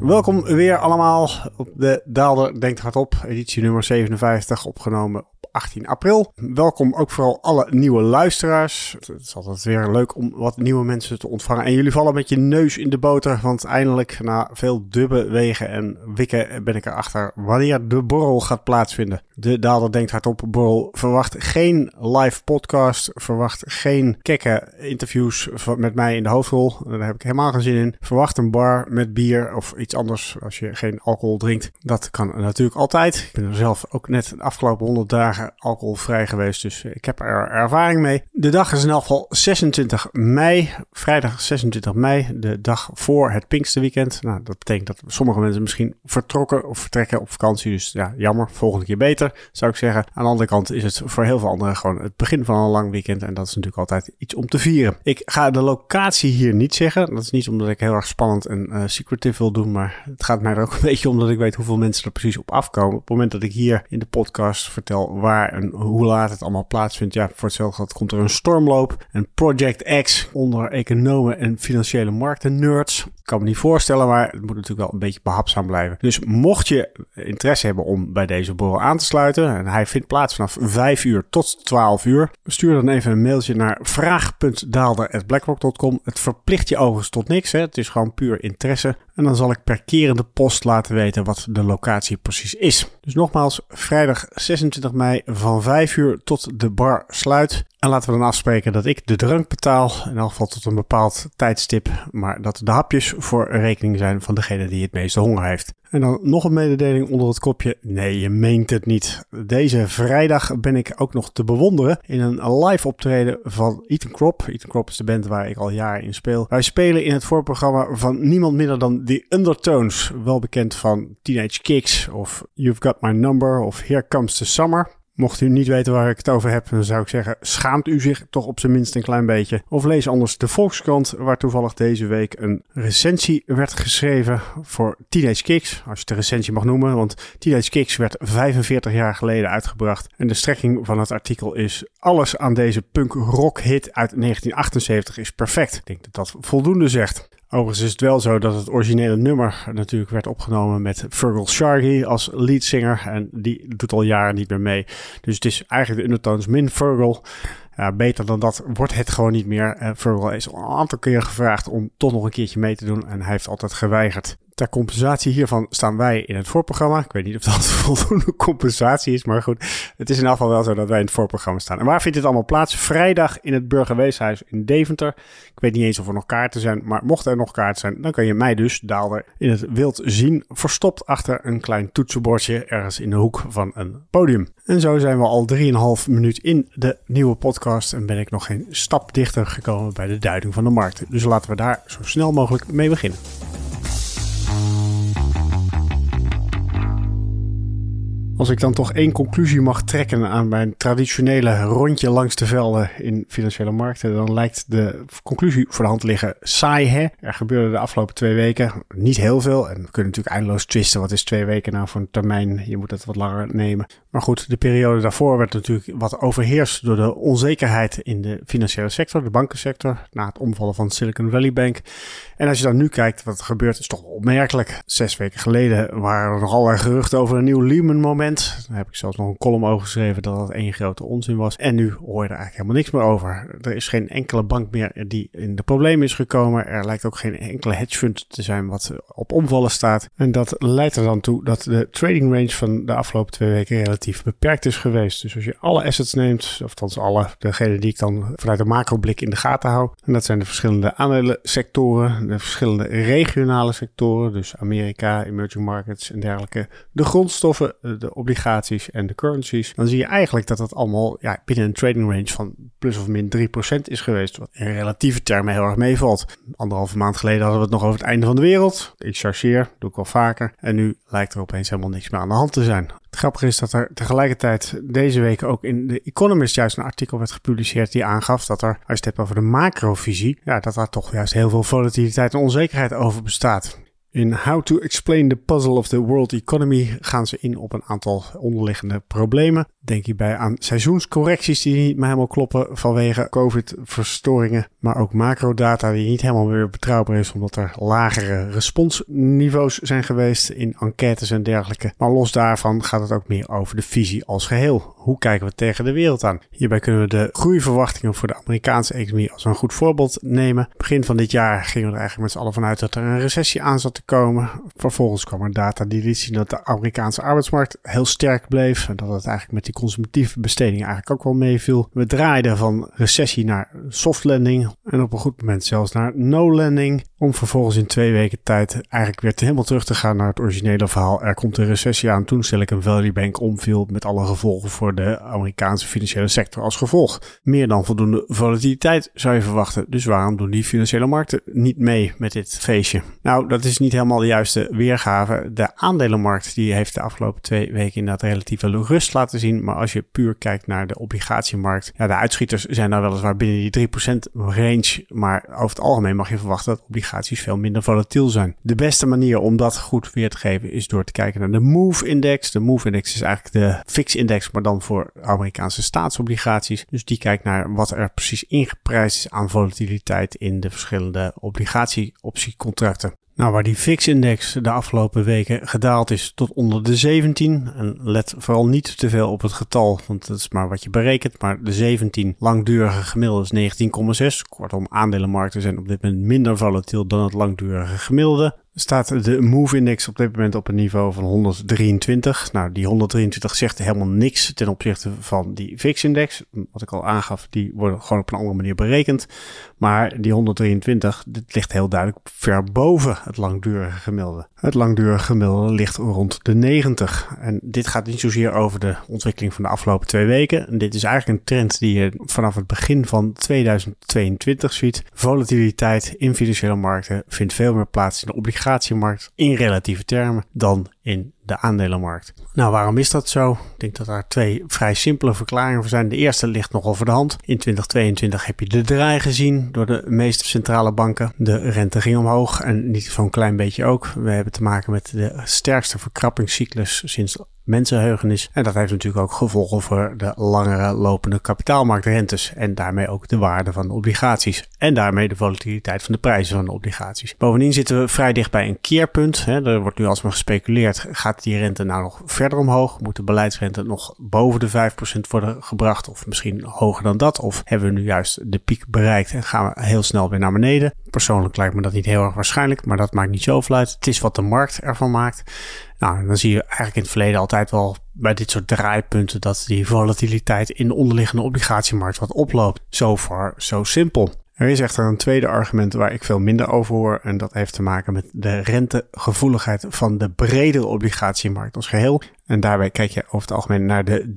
Welkom weer allemaal op de Daalder Denkt Hardop, editie nummer 57, opgenomen op 18 april. Welkom ook vooral alle nieuwe luisteraars. Het is altijd weer leuk om wat nieuwe mensen te ontvangen. En jullie vallen met je neus in de boter, want eindelijk na veel dubben, wegen en wikken ben ik erachter wanneer de borrel gaat plaatsvinden. De Daalder Denkt Hardop borrel verwacht geen live podcast, verwacht geen kekke interviews met mij in de hoofdrol. Daar heb ik helemaal geen zin in. Verwacht een bar met bier of iets anders als je geen alcohol drinkt. Dat kan natuurlijk altijd. Ik ben er zelf ook net de afgelopen 100 dagen alcoholvrij geweest, dus ik heb er ervaring mee. De dag is in elk geval 26 mei, vrijdag 26 mei, de dag voor het Pinksterweekend. Nou, dat betekent dat sommige mensen misschien vertrokken of vertrekken op vakantie, dus ja, jammer, volgende keer beter, zou ik zeggen. Aan de andere kant is het voor heel veel anderen gewoon het begin van een lang weekend en dat is natuurlijk altijd iets om te vieren. Ik ga de locatie hier niet zeggen, dat is niet omdat ik heel erg spannend en secretive wil doen, maar het gaat mij er ook een beetje om dat ik weet hoeveel mensen er precies op afkomen. Op het moment dat ik hier in de podcast vertel waar en hoe laat het allemaal plaatsvindt, ja, voor hetzelfde geld komt er een stormloop, een Project X onder economen en financiële markten nerds. Ik kan me niet voorstellen, maar het moet natuurlijk wel een beetje behapzaam blijven. Dus mocht je interesse hebben om bij deze borrel aan te sluiten, en hij vindt plaats vanaf 5 uur tot 12 uur, stuur dan even een mailtje naar vraag.daalder@blackrock.com. Het verplicht je overigens tot niks, hè. Het is gewoon puur interesse. En dan zal ik per kerende post laten weten wat de locatie precies is. Dus nogmaals, vrijdag 26 mei van 5 uur tot de bar sluit. En laten we dan afspreken dat ik de drank betaal, in elk geval tot een bepaald tijdstip, maar dat de hapjes voor rekening zijn van degene die het meeste honger heeft. En dan nog een mededeling onder het kopje. Nee, je meent het niet. Deze vrijdag ben ik ook nog te bewonderen in een live optreden van Eton Crop. Eton Crop is de band waar ik al jaren in speel. Wij spelen in het voorprogramma van niemand minder dan The Undertones. Wel bekend van Teenage Kicks of You've Got My Number of Here Comes the Summer. Mocht u niet weten waar ik het over heb, dan zou ik zeggen, schaamt u zich toch op zijn minst een klein beetje. Of lees anders de Volkskrant, waar toevallig deze week een recensie werd geschreven voor Teenage Kicks. Als je het een recensie mag noemen, want Teenage Kicks werd 45 jaar geleden uitgebracht. En de strekking van het artikel is: alles aan deze punk-rock hit uit 1978 is perfect. Ik denk dat dat voldoende zegt. Overigens is het wel zo dat het originele nummer natuurlijk werd opgenomen met Feargal Sharkey als leadzanger. En die doet al jaren niet meer mee. Dus het is eigenlijk de Undertones min Feargal. Ja, beter dan dat wordt het gewoon niet meer. Feargal is al een aantal keer gevraagd om toch nog een keertje mee te doen. En hij heeft altijd geweigerd. Ter compensatie hiervan staan wij in het voorprogramma. Ik weet niet of dat voldoende compensatie is, maar goed. Het is in elk geval wel zo dat wij in het voorprogramma staan. En waar vindt dit allemaal plaats? Vrijdag in het Burgerweeshuis in Deventer. Ik weet niet eens of er nog kaarten zijn, maar mocht er nog kaarten zijn, dan kan je mij dus, Daalder, in het wild zien, verstopt achter een klein toetsenbordje ergens in de hoek van een podium. En zo zijn we al 3,5 minuut in de nieuwe podcast en ben ik nog geen stap dichter gekomen bij de duiding van de markt. Dus laten we daar zo snel mogelijk mee beginnen. Als ik dan toch één conclusie mag trekken aan mijn traditionele rondje langs de velden in financiële markten, dan lijkt de conclusie voor de hand liggen. Saai, hè? Er gebeurde de afgelopen 2 weken niet heel veel. En we kunnen natuurlijk eindeloos twisten. Wat is 2 weken nou voor een termijn? Je moet het wat langer nemen. Maar goed, de periode daarvoor werd natuurlijk wat overheerst door de onzekerheid in de financiële sector, de bankensector, na het omvallen van Silicon Valley Bank. En als je dan nu kijkt wat er gebeurt, is toch opmerkelijk. 6 weken geleden waren er nog allerlei geruchten over een nieuw Lehman-moment. Daar heb ik zelfs nog een column over geschreven dat dat één grote onzin was. En nu hoor je er eigenlijk helemaal niks meer over. Er is geen enkele bank meer die in de problemen is gekomen. Er lijkt ook geen enkele hedgefund te zijn wat op omvallen staat. En dat leidt er dan toe dat de trading range van de afgelopen 2 weken relatief beperkt is geweest. Dus als je alle assets neemt, of althans alle, degene die ik dan vanuit de macroblik in de gaten hou. En dat zijn de verschillende aandelensectoren, de verschillende regionale sectoren. Dus Amerika, emerging markets en dergelijke. De grondstoffen, de obligaties en de currencies. Dan zie je eigenlijk dat dat allemaal binnen een trading range van plus of min 3% is geweest. Wat in relatieve termen heel erg meevalt. 1,5 maand geleden hadden we het nog over het einde van de wereld. Ik chargeer, doe ik wel vaker. En nu lijkt er opeens helemaal niks meer aan de hand te zijn. Het grappige is dat er tegelijkertijd deze week ook in The Economist juist een artikel werd gepubliceerd die aangaf dat er, als je het hebt over de macrovisie, dat daar toch juist heel veel volatiliteit en onzekerheid over bestaat. In How to Explain the Puzzle of the World Economy gaan ze in op een aantal onderliggende problemen. Denk hierbij aan seizoenscorrecties die niet meer helemaal kloppen vanwege COVID-verstoringen. Maar ook macrodata die niet helemaal weer betrouwbaar is omdat er lagere responsniveaus zijn geweest in enquêtes en dergelijke. Maar los daarvan gaat het ook meer over de visie als geheel. Hoe kijken we tegen de wereld aan? Hierbij kunnen we de groeiverwachtingen voor de Amerikaanse economie als een goed voorbeeld nemen. Begin van dit jaar gingen we er eigenlijk met z'n allen vanuit dat er een recessie aan zat te komen. Vervolgens kwam er data die liet zien dat de Amerikaanse arbeidsmarkt heel sterk bleef. En dat het eigenlijk met die consumptieve besteding eigenlijk ook wel meeviel. We draaiden van recessie naar soft landing en op een goed moment zelfs naar no landing. Om vervolgens in 2 weken tijd eigenlijk weer helemaal terug te gaan naar het originele verhaal. Er komt een recessie aan. Toen Silicon Valley Bank omviel met alle gevolgen voor de Amerikaanse financiële sector als gevolg. Meer dan voldoende volatiliteit zou je verwachten. Dus waarom doen die financiële markten niet mee met dit feestje? Nou, dat is niet helemaal de juiste weergave. De aandelenmarkt die heeft de afgelopen 2 weken inderdaad relatieve rust laten zien. Maar als je puur kijkt naar de obligatiemarkt. Ja, de uitschieters zijn nou weliswaar binnen die 3% range. Maar over het algemeen mag je verwachten dat obligaties veel minder volatiel zijn. De beste manier om dat goed weer te geven is door te kijken naar de MOVE-index. De MOVE-index is eigenlijk de VIX-index, maar dan voor Amerikaanse staatsobligaties. Dus die kijkt naar wat er precies ingeprijsd is aan volatiliteit in de verschillende obligatieoptiecontracten. Nou, waar die VIX-index de afgelopen weken gedaald is tot onder de 17. En let vooral niet te veel op het getal, want dat is maar wat je berekent. Maar de 17 langdurige gemiddelde is 19,6. Kortom, aandelenmarkten zijn op dit moment minder volatiel dan het langdurige gemiddelde. Staat de MOVE-index op dit moment op een niveau van 123. Nou, die 123 zegt helemaal niks ten opzichte van die VIX-index. Wat ik al aangaf, die worden gewoon op een andere manier berekend. Maar die 123, dit ligt heel duidelijk ver boven het langdurige gemiddelde. Het langdurige gemiddelde ligt rond de 90. En dit gaat niet zozeer over de ontwikkeling van de afgelopen 2 weken. En dit is eigenlijk een trend die je vanaf het begin van 2022 ziet. Volatiliteit in financiële markten vindt veel meer plaats in de obligatiemarkt in relatieve termen dan in de aandelenmarkt. Nou, waarom is dat zo? Ik denk dat daar 2 vrij simpele verklaringen voor zijn. De eerste ligt nogal voor de hand. In 2022 heb je de draai gezien door de meeste centrale banken. De rente ging omhoog en niet zo'n klein beetje ook. We hebben te maken met de sterkste verkrappingscyclus sinds mensenheugenis. En dat heeft natuurlijk ook gevolgen voor de langere lopende kapitaalmarktrentes en daarmee ook de waarde van de obligaties en daarmee de volatiliteit van de prijzen van de obligaties. Bovendien zitten we vrij dicht bij een keerpunt. Er wordt nu alsmaar gespeculeerd, gaat die rente nou nog verder omhoog? Moet de beleidsrente nog boven de 5% worden gebracht of misschien hoger dan dat? Of hebben we nu juist de piek bereikt en gaan we heel snel weer naar beneden? Persoonlijk lijkt me dat niet heel erg waarschijnlijk, maar dat maakt niet zoveel uit. Het is wat de markt ervan maakt. Nou, dan zie je eigenlijk in het verleden altijd wel bij dit soort draaipunten dat die volatiliteit in de onderliggende obligatiemarkt wat oploopt. So far, so simple. Er is echter een tweede argument waar ik veel minder over hoor en dat heeft te maken met de rentegevoeligheid van de bredere obligatiemarkt als geheel. En daarbij kijk je over het algemeen naar de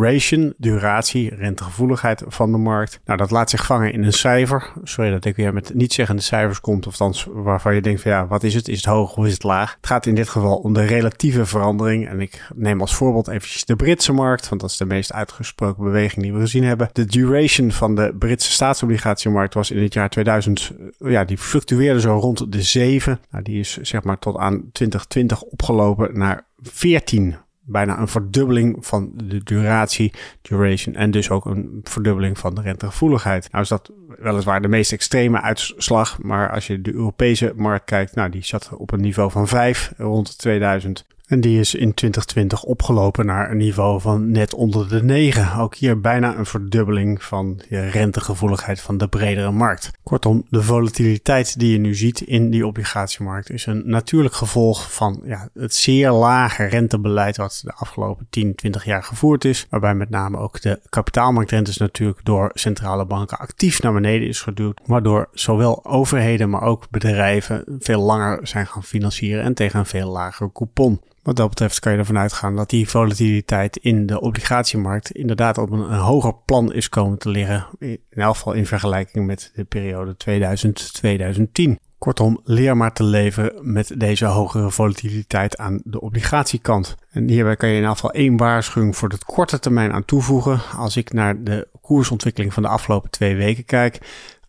duratie, rentegevoeligheid van de markt. Nou, dat laat zich vangen in een cijfer. Sorry dat ik weer met niet-zeggende cijfers komt, of althans waarvan je denkt van ja, wat is het? Is het hoog of is het laag? Het gaat in dit geval om de relatieve verandering. En ik neem als voorbeeld eventjes de Britse markt, want dat is de meest uitgesproken beweging die we gezien hebben. De duration van de Britse staatsobligatiemarkt was in het jaar 2000, die fluctueerde zo rond de 7. Nou, die is zeg maar tot aan 2020 opgelopen naar 14. Bijna een verdubbeling van de duration en dus ook een verdubbeling van de rentegevoeligheid. Nou is dat weliswaar de meest extreme uitslag, maar als je de Europese markt kijkt, nou die zat op een niveau van 5 rond 2000. En die is in 2020 opgelopen naar een niveau van net onder de 9. Ook hier bijna een verdubbeling van de rentegevoeligheid van de bredere markt. Kortom, de volatiliteit die je nu ziet in die obligatiemarkt is een natuurlijk gevolg van het zeer lage rentebeleid wat de afgelopen 10, 20 jaar gevoerd is. Waarbij met name ook de kapitaalmarktrentes natuurlijk door centrale banken actief naar beneden is geduwd. Waardoor zowel overheden, maar ook bedrijven veel langer zijn gaan financieren en tegen een veel lagere coupon. Wat dat betreft kan je ervan uitgaan dat die volatiliteit in de obligatiemarkt inderdaad op een hoger plan is komen te liggen. In elk geval in vergelijking met de periode 2000-2010. Kortom, leer maar te leven met deze hogere volatiliteit aan de obligatiekant. En hierbij kan je in elk geval 1 waarschuwing voor de korte termijn aan toevoegen. Als ik naar de koersontwikkeling van de afgelopen 2 weken kijk,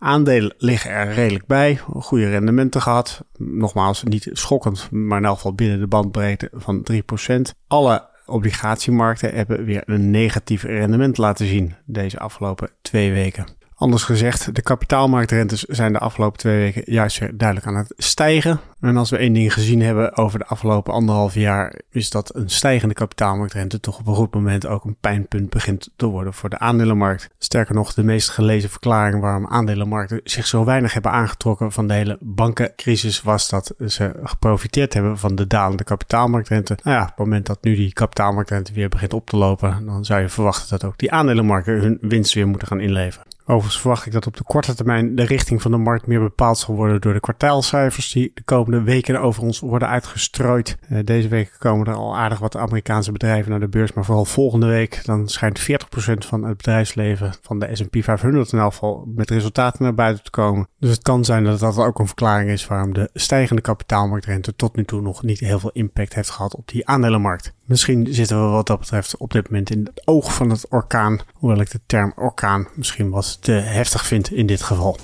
Aandelen liggen er redelijk bij, goede rendementen gehad. Nogmaals, niet schokkend, maar in elk geval binnen de bandbreedte van 3%. Alle obligatiemarkten hebben weer een negatief rendement laten zien deze afgelopen 2 weken. Anders gezegd, de kapitaalmarktrentes zijn de afgelopen 2 weken juist weer duidelijk aan het stijgen. En als we één ding gezien hebben over de afgelopen 1,5 jaar, is dat een stijgende kapitaalmarktrente toch op een goed moment ook een pijnpunt begint te worden voor de aandelenmarkt. Sterker nog, de meest gelezen verklaring waarom aandelenmarkten zich zo weinig hebben aangetrokken van de hele bankencrisis was dat ze geprofiteerd hebben van de dalende kapitaalmarktrente. Nou ja, op het moment dat nu die kapitaalmarktrente weer begint op te lopen, dan zou je verwachten dat ook die aandelenmarkten hun winst weer moeten gaan inleveren. Overigens verwacht ik dat op de korte termijn de richting van de markt meer bepaald zal worden door de kwartaalcijfers die de komende weken over ons worden uitgestrooid. Deze week komen er al aardig wat Amerikaanse bedrijven naar de beurs, maar vooral volgende week dan schijnt 40% van het bedrijfsleven van de S&P 500 in elk geval met resultaten naar buiten te komen. Dus het kan zijn dat dat ook een verklaring is waarom de stijgende kapitaalmarktrente tot nu toe nog niet heel veel impact heeft gehad op die aandelenmarkt. Misschien zitten we wat dat betreft op dit moment in het oog van het orkaan, hoewel ik de term orkaan misschien wat te heftig vind in dit geval.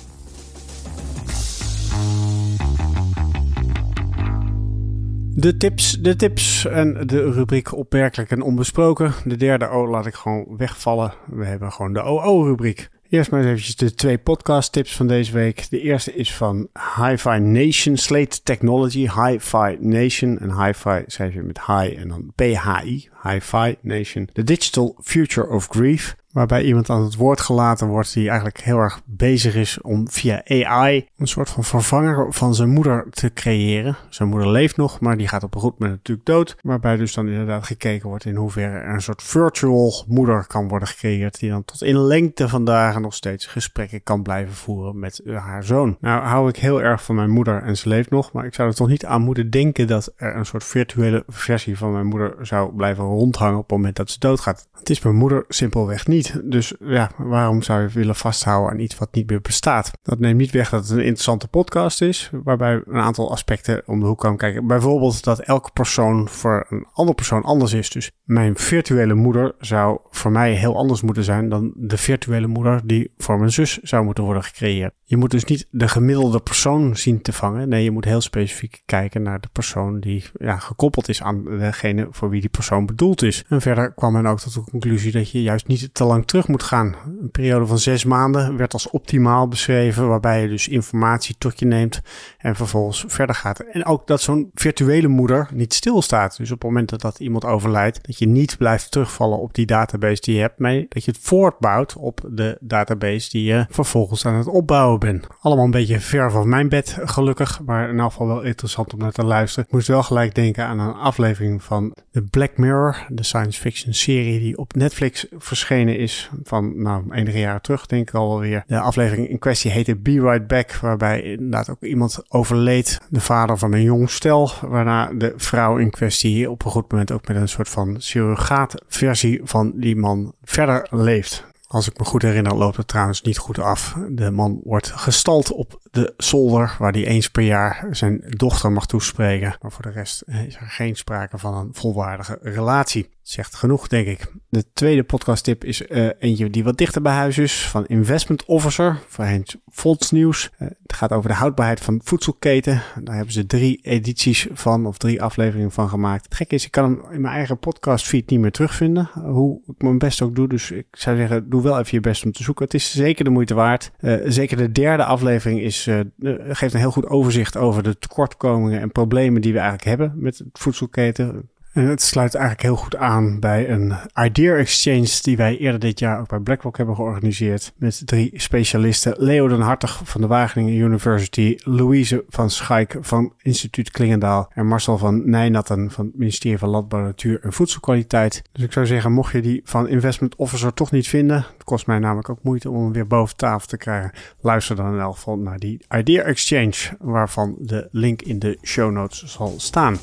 De tips en de rubriek opmerkelijk en onbesproken. De derde O laat ik gewoon wegvallen. We hebben gewoon de OO-rubriek. Eerst maar eens eventjes de 2 podcast tips van deze week. De eerste is van Hi-Fi Nation, Slate Technology, Hi-Fi Nation. En Hi-Fi schrijf je met hi en dan PHI, Hi-Fi Nation. The Digital Future of Grief. Waarbij iemand aan het woord gelaten wordt die eigenlijk heel erg bezig is om via AI een soort van vervanger van zijn moeder te creëren. Zijn moeder leeft nog, maar die gaat op een goed moment natuurlijk dood. Waarbij dus dan inderdaad gekeken wordt in hoeverre er een soort virtual moeder kan worden gecreëerd. Die dan tot in lengte van dagen nog steeds gesprekken kan blijven voeren met haar zoon. Nou hou ik heel erg van mijn moeder en ze leeft nog. Maar ik zou er toch niet aan moeten denken dat er een soort virtuele versie van mijn moeder zou blijven rondhangen op het moment dat ze doodgaat. Het is mijn moeder simpelweg niet. Dus ja, waarom zou je willen vasthouden aan iets wat niet meer bestaat? Dat neemt niet weg dat het een interessante podcast is, waarbij een aantal aspecten om de hoek komen kijken. Bijvoorbeeld dat elke persoon voor een andere persoon anders is. Dus mijn virtuele moeder zou voor mij heel anders moeten zijn dan de virtuele moeder die voor mijn zus zou moeten worden gecreëerd. Je moet dus niet de gemiddelde persoon zien te vangen. Nee, je moet heel specifiek kijken naar de persoon die gekoppeld is aan degene voor wie die persoon bedoeld is. En verder kwam men ook tot de conclusie dat je juist niet te lang terug moet gaan. Een periode van 6 maanden werd als optimaal beschreven, waarbij je dus informatie tot je neemt en vervolgens verder gaat. En ook dat zo'n virtuele moeder niet stilstaat. Dus op het moment dat iemand overlijdt, dat je niet blijft terugvallen op die database die je hebt, maar dat je het voortbouwt op de database die je vervolgens aan het opbouwen bent. Allemaal een beetje ver van mijn bed, gelukkig, maar in elk geval wel interessant om naar te luisteren. Ik moest wel gelijk denken aan een aflevering van The Black Mirror, de science fiction serie die op Netflix verschenen is van enige jaren terug, denk ik alweer. De aflevering in kwestie heette Be Right Back, waarbij inderdaad ook iemand overleed, de vader van een jong stel, waarna de vrouw in kwestie op een goed moment ook met een soort van surrogaatversie van die man verder leeft. Als ik me goed herinner loopt het trouwens niet goed af. De man wordt gestald op de zolder waar hij eens per jaar zijn dochter mag toespreken. Maar voor de rest is er geen sprake van een volwaardige relatie. Zegt genoeg, denk ik. De tweede podcasttip is eentje die wat dichter bij huis is. Van Investment Officer, voorheen Volksnieuws. Het gaat over de houdbaarheid van voedselketen. Daar hebben ze 3 edities van, of 3 afleveringen van gemaakt. Het gekke is, ik kan hem in mijn eigen podcastfeed niet meer terugvinden. Hoe ik mijn best ook doe. Dus ik zou zeggen, doe wel even je best om te zoeken. Het is zeker de moeite waard. Zeker de derde aflevering geeft een heel goed overzicht over de tekortkomingen en problemen die we eigenlijk hebben met het voedselketen. En het sluit eigenlijk heel goed aan bij een idea exchange die wij eerder dit jaar ook bij BlackRock hebben georganiseerd. Met 3 specialisten. Leo den Hartog van de Wageningen University, Louise van Schaik van Instituut Klingendaal en Marcel van Nijnatten van het ministerie van Landbouw, Natuur en Voedselkwaliteit. Dus ik zou zeggen, mocht je die van Investment Officer toch niet vinden, het kost mij namelijk ook moeite om hem weer boven tafel te krijgen, luister dan in elk geval naar die idea exchange, waarvan de link in de show notes zal staan.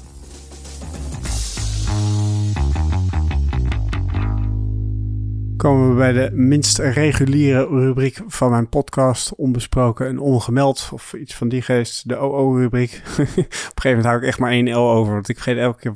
Komen we bij de minst reguliere rubriek van mijn podcast, onbesproken en ongemeld, of iets van die geest, de OO-rubriek. Op een gegeven moment hou ik echt maar 1 L over, want ik vergeet elke keer wat nou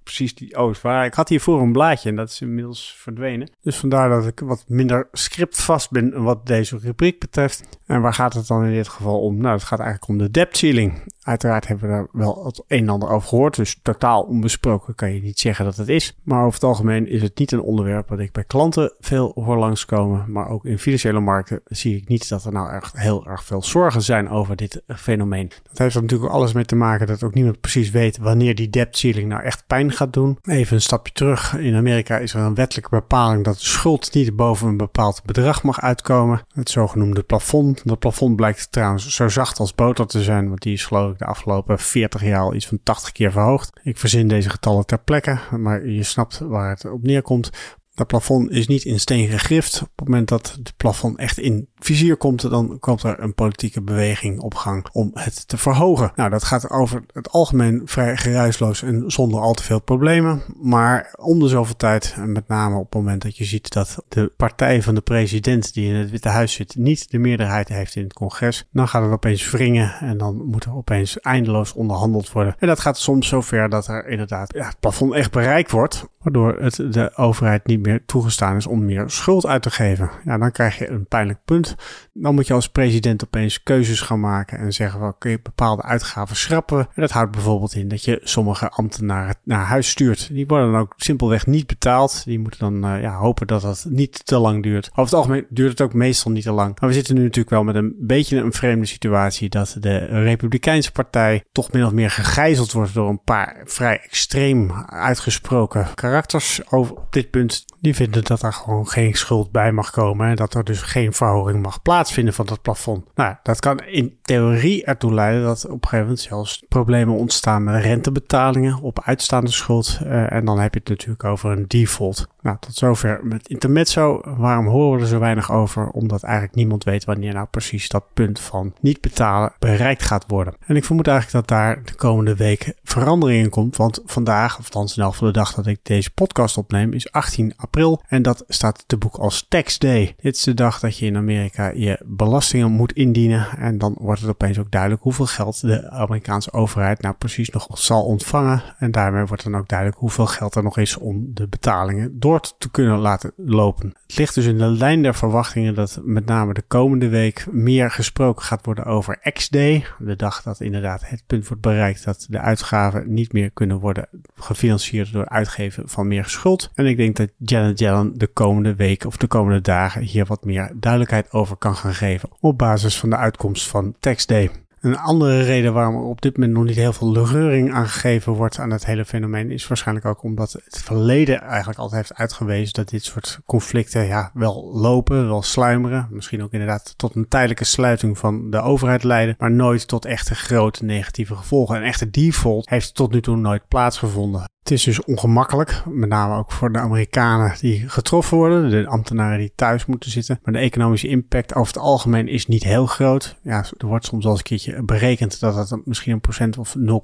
precies die O's waren. Ik had hiervoor een blaadje en dat is inmiddels verdwenen. Dus vandaar dat ik wat minder scriptvast ben wat deze rubriek betreft. En waar gaat het dan in dit geval om? Nou, het gaat eigenlijk om de debt ceiling. Uiteraard hebben we daar wel het een en ander over gehoord. Dus totaal onbesproken kan je niet zeggen dat het is. Maar over het algemeen is het niet een onderwerp wat ik bij klanten veel hoor langskomen. Maar ook in financiële markten zie ik niet dat er nou echt heel erg veel zorgen zijn over dit fenomeen. Dat heeft er natuurlijk alles mee te maken dat ook niemand precies weet wanneer die debt ceiling nou echt pijn gaat doen. Even een stapje terug. In Amerika is er een wettelijke bepaling dat de schuld niet boven een bepaald bedrag mag uitkomen. Het zogenoemde plafond. Dat plafond blijkt trouwens zo zacht als boter te zijn, want die is geloof ik de afgelopen 40 jaar al iets van 80 keer verhoogd. Ik verzin deze getallen ter plekke, maar je snapt waar het op neerkomt. Dat plafond is niet in steen gegrift. Op het moment dat het plafond echt in vizier komt, dan komt er een politieke beweging op gang om het te verhogen. Nou, dat gaat over het algemeen vrij geruisloos en zonder al te veel problemen. Maar om de zoveel tijd, en met name op het moment dat je ziet dat de partij van de president die in het Witte Huis zit niet de meerderheid heeft in het congres, dan gaat het opeens wringen en dan moet er opeens eindeloos onderhandeld worden. En dat gaat soms zover dat er inderdaad het plafond echt bereikt wordt, waardoor het de overheid niet meer toegestaan is om meer schuld uit te geven. Ja, dan krijg je een pijnlijk punt. Dan moet je als president opeens keuzes gaan maken en zeggen van oké, bepaalde uitgaven schrappen. En dat houdt bijvoorbeeld in dat je sommige ambtenaren naar huis stuurt. Die worden dan ook simpelweg niet betaald. Die moeten dan hopen dat dat niet te lang duurt. Over het algemeen duurt het ook meestal niet te lang. Maar we zitten nu natuurlijk wel met een beetje een vreemde situatie dat de Republikeinse partij toch min of meer gegijzeld wordt door een paar vrij extreem uitgesproken karakters op dit punt. Die vinden dat er gewoon geen schuld bij mag komen en dat er dus geen verhoging mag plaatsvinden van dat plafond. Nou, dat kan in theorie ertoe leiden dat op een gegeven moment zelfs problemen ontstaan met rentebetalingen op uitstaande schuld. En dan heb je het natuurlijk over een default. Nou, tot zover met intermezzo. Waarom horen we er zo weinig over? Omdat eigenlijk niemand weet wanneer nou precies dat punt van niet betalen bereikt gaat worden. En ik vermoed eigenlijk dat daar de komende week verandering in komt. Want vandaag, of althans in elk geval de dag dat ik deze podcast opneem, is 18 april. En dat staat te boek als Tax Day. Dit is de dag dat je in Amerika je belastingen moet indienen. En dan wordt het opeens ook duidelijk hoeveel geld de Amerikaanse overheid nou precies nog zal ontvangen. En daarmee wordt dan ook duidelijk hoeveel geld er nog is om de betalingen door te kunnen laten lopen. Het ligt dus in de lijn der verwachtingen dat met name de komende week meer gesproken gaat worden over X-Day. De dag dat inderdaad het punt wordt bereikt dat de uitgaven niet meer kunnen worden gefinancierd door uitgeven van meer schuld. En ik denk dat Janet Yellen de komende week of de komende dagen hier wat meer duidelijkheid over kan gaan geven op basis van de uitkomst van Tax Day. Een andere reden waarom er op dit moment nog niet heel veel reuring aangegeven wordt aan het hele fenomeen is waarschijnlijk ook omdat het verleden eigenlijk altijd heeft uitgewezen dat dit soort conflicten wel lopen, wel sluimeren. Misschien ook inderdaad tot een tijdelijke sluiting van de overheid leiden, maar nooit tot echte grote negatieve gevolgen. Een echte default heeft tot nu toe nooit plaatsgevonden. Het is dus ongemakkelijk, met name ook voor de Amerikanen die getroffen worden, de ambtenaren die thuis moeten zitten. Maar de economische impact over het algemeen is niet heel groot. Ja, er wordt soms wel eens een keertje berekend dat het misschien een procent of 0,3, 0,4%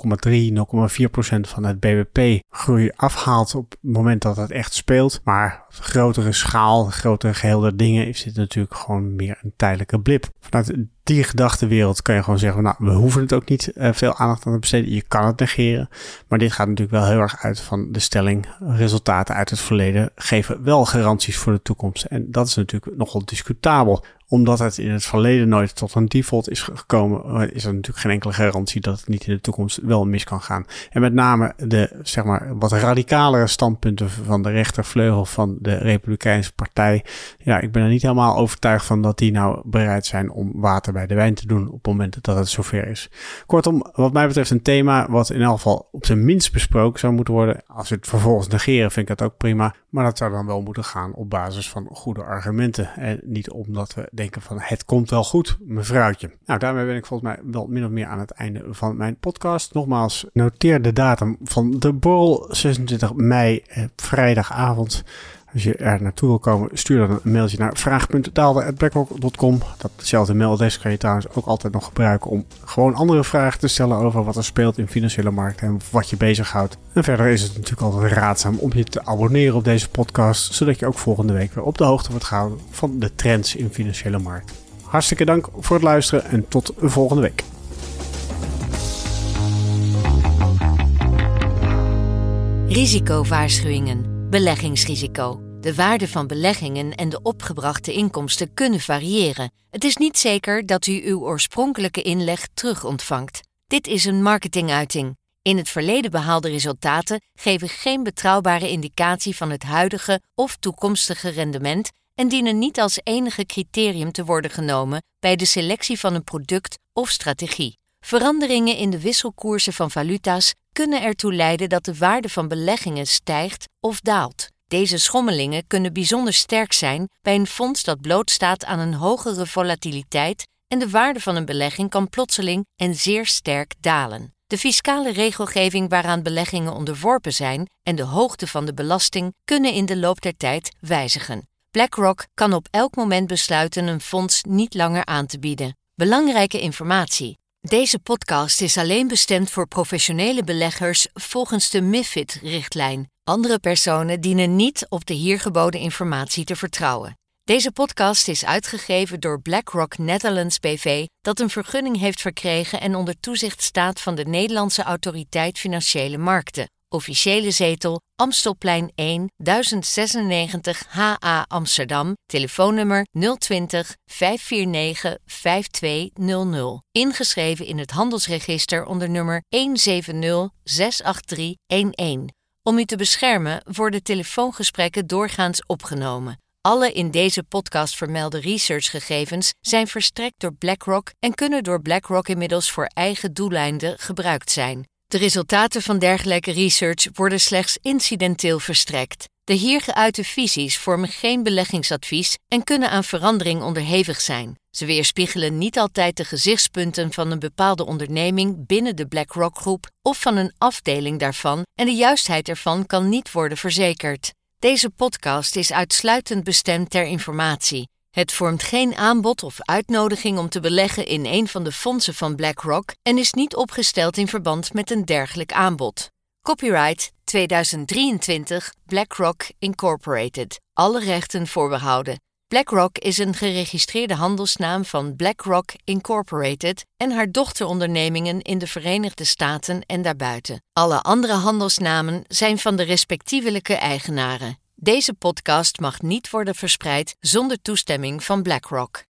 van het bbp groei afhaalt op het moment dat het echt speelt. Maar op grotere schaal, grotere geheel der dingen is dit natuurlijk gewoon meer een tijdelijke blip. Vanuit die gedachtenwereld kan je gewoon zeggen, nou, we hoeven het ook niet veel aandacht aan te besteden. Je kan het negeren. Maar dit gaat natuurlijk wel heel erg uit van de stelling. Resultaten uit het verleden geven wel garanties voor de toekomst. En dat is natuurlijk nogal discutabel. Omdat het in het verleden nooit tot een default is gekomen, is er natuurlijk geen enkele garantie dat het niet in de toekomst wel mis kan gaan. En met name de, zeg maar, wat radicalere standpunten van de rechtervleugel van de Republikeinse partij. Ja, ik ben er niet helemaal overtuigd van dat die nou bereid zijn om water bij de wijn te doen op het moment dat het zover is. Kortom, wat mij betreft een thema wat in elk geval op zijn minst besproken zou moeten worden. Als we het vervolgens negeren vind ik dat ook prima. Maar dat zou dan wel moeten gaan op basis van goede argumenten. En niet omdat we denken van het komt wel goed, mevrouwtje. Nou, daarmee ben ik volgens mij wel min of meer aan het einde van mijn podcast. Nogmaals, noteer de datum van de borrel, 26 mei, vrijdagavond. Als je er naartoe wil komen, stuur dan een mailtje naar vraag.daalder@blackrock.com. Datzelfde mailadres kan je trouwens ook altijd nog gebruiken om gewoon andere vragen te stellen over wat er speelt in financiële markten en wat je bezighoudt. En verder is het natuurlijk altijd raadzaam om je te abonneren op deze podcast, zodat je ook volgende week weer op de hoogte wordt gehouden van de trends in financiële markten. Hartstikke dank voor het luisteren en tot volgende week. Risicowaarschuwingen. Beleggingsrisico. De waarde van beleggingen en de opgebrachte inkomsten kunnen variëren. Het is niet zeker dat u uw oorspronkelijke inleg terug ontvangt. Dit is een marketinguiting. In het verleden behaalde resultaten geven geen betrouwbare indicatie van het huidige of toekomstige rendement en dienen niet als enige criterium te worden genomen bij de selectie van een product of strategie. Veranderingen in de wisselkoersen van valuta's kunnen ertoe leiden dat de waarde van beleggingen stijgt of daalt. Deze schommelingen kunnen bijzonder sterk zijn bij een fonds dat blootstaat aan een hogere volatiliteit en de waarde van een belegging kan plotseling en zeer sterk dalen. De fiscale regelgeving waaraan beleggingen onderworpen zijn en de hoogte van de belasting kunnen in de loop der tijd wijzigen. BlackRock kan op elk moment besluiten een fonds niet langer aan te bieden. Belangrijke informatie. Deze podcast is alleen bestemd voor professionele beleggers volgens de MiFID-richtlijn. Andere personen dienen niet op de hier geboden informatie te vertrouwen. Deze podcast is uitgegeven door BlackRock Netherlands BV, dat een vergunning heeft verkregen en onder toezicht staat van de Nederlandse Autoriteit Financiële Markten. Officiële zetel Amstelplein 1, 1096 HA Amsterdam, telefoonnummer 020 549 5200. Ingeschreven in het handelsregister onder nummer 1706831. Om u te beschermen worden telefoongesprekken doorgaans opgenomen. Alle in deze podcast vermelde researchgegevens zijn verstrekt door BlackRock en kunnen door BlackRock inmiddels voor eigen doeleinden gebruikt zijn. De resultaten van dergelijke research worden slechts incidenteel verstrekt. De hier geuite visies vormen geen beleggingsadvies en kunnen aan verandering onderhevig zijn. Ze weerspiegelen niet altijd de gezichtspunten van een bepaalde onderneming binnen de BlackRock-groep of van een afdeling daarvan en de juistheid ervan kan niet worden verzekerd. Deze podcast is uitsluitend bestemd ter informatie. Het vormt geen aanbod of uitnodiging om te beleggen in een van de fondsen van BlackRock en is niet opgesteld in verband met een dergelijk aanbod. Copyright 2023 BlackRock Incorporated. Alle rechten voorbehouden. BlackRock is een geregistreerde handelsnaam van BlackRock Incorporated en haar dochterondernemingen in de Verenigde Staten en daarbuiten. Alle andere handelsnamen zijn van de respectievelijke eigenaren. Deze podcast mag niet worden verspreid zonder toestemming van BlackRock.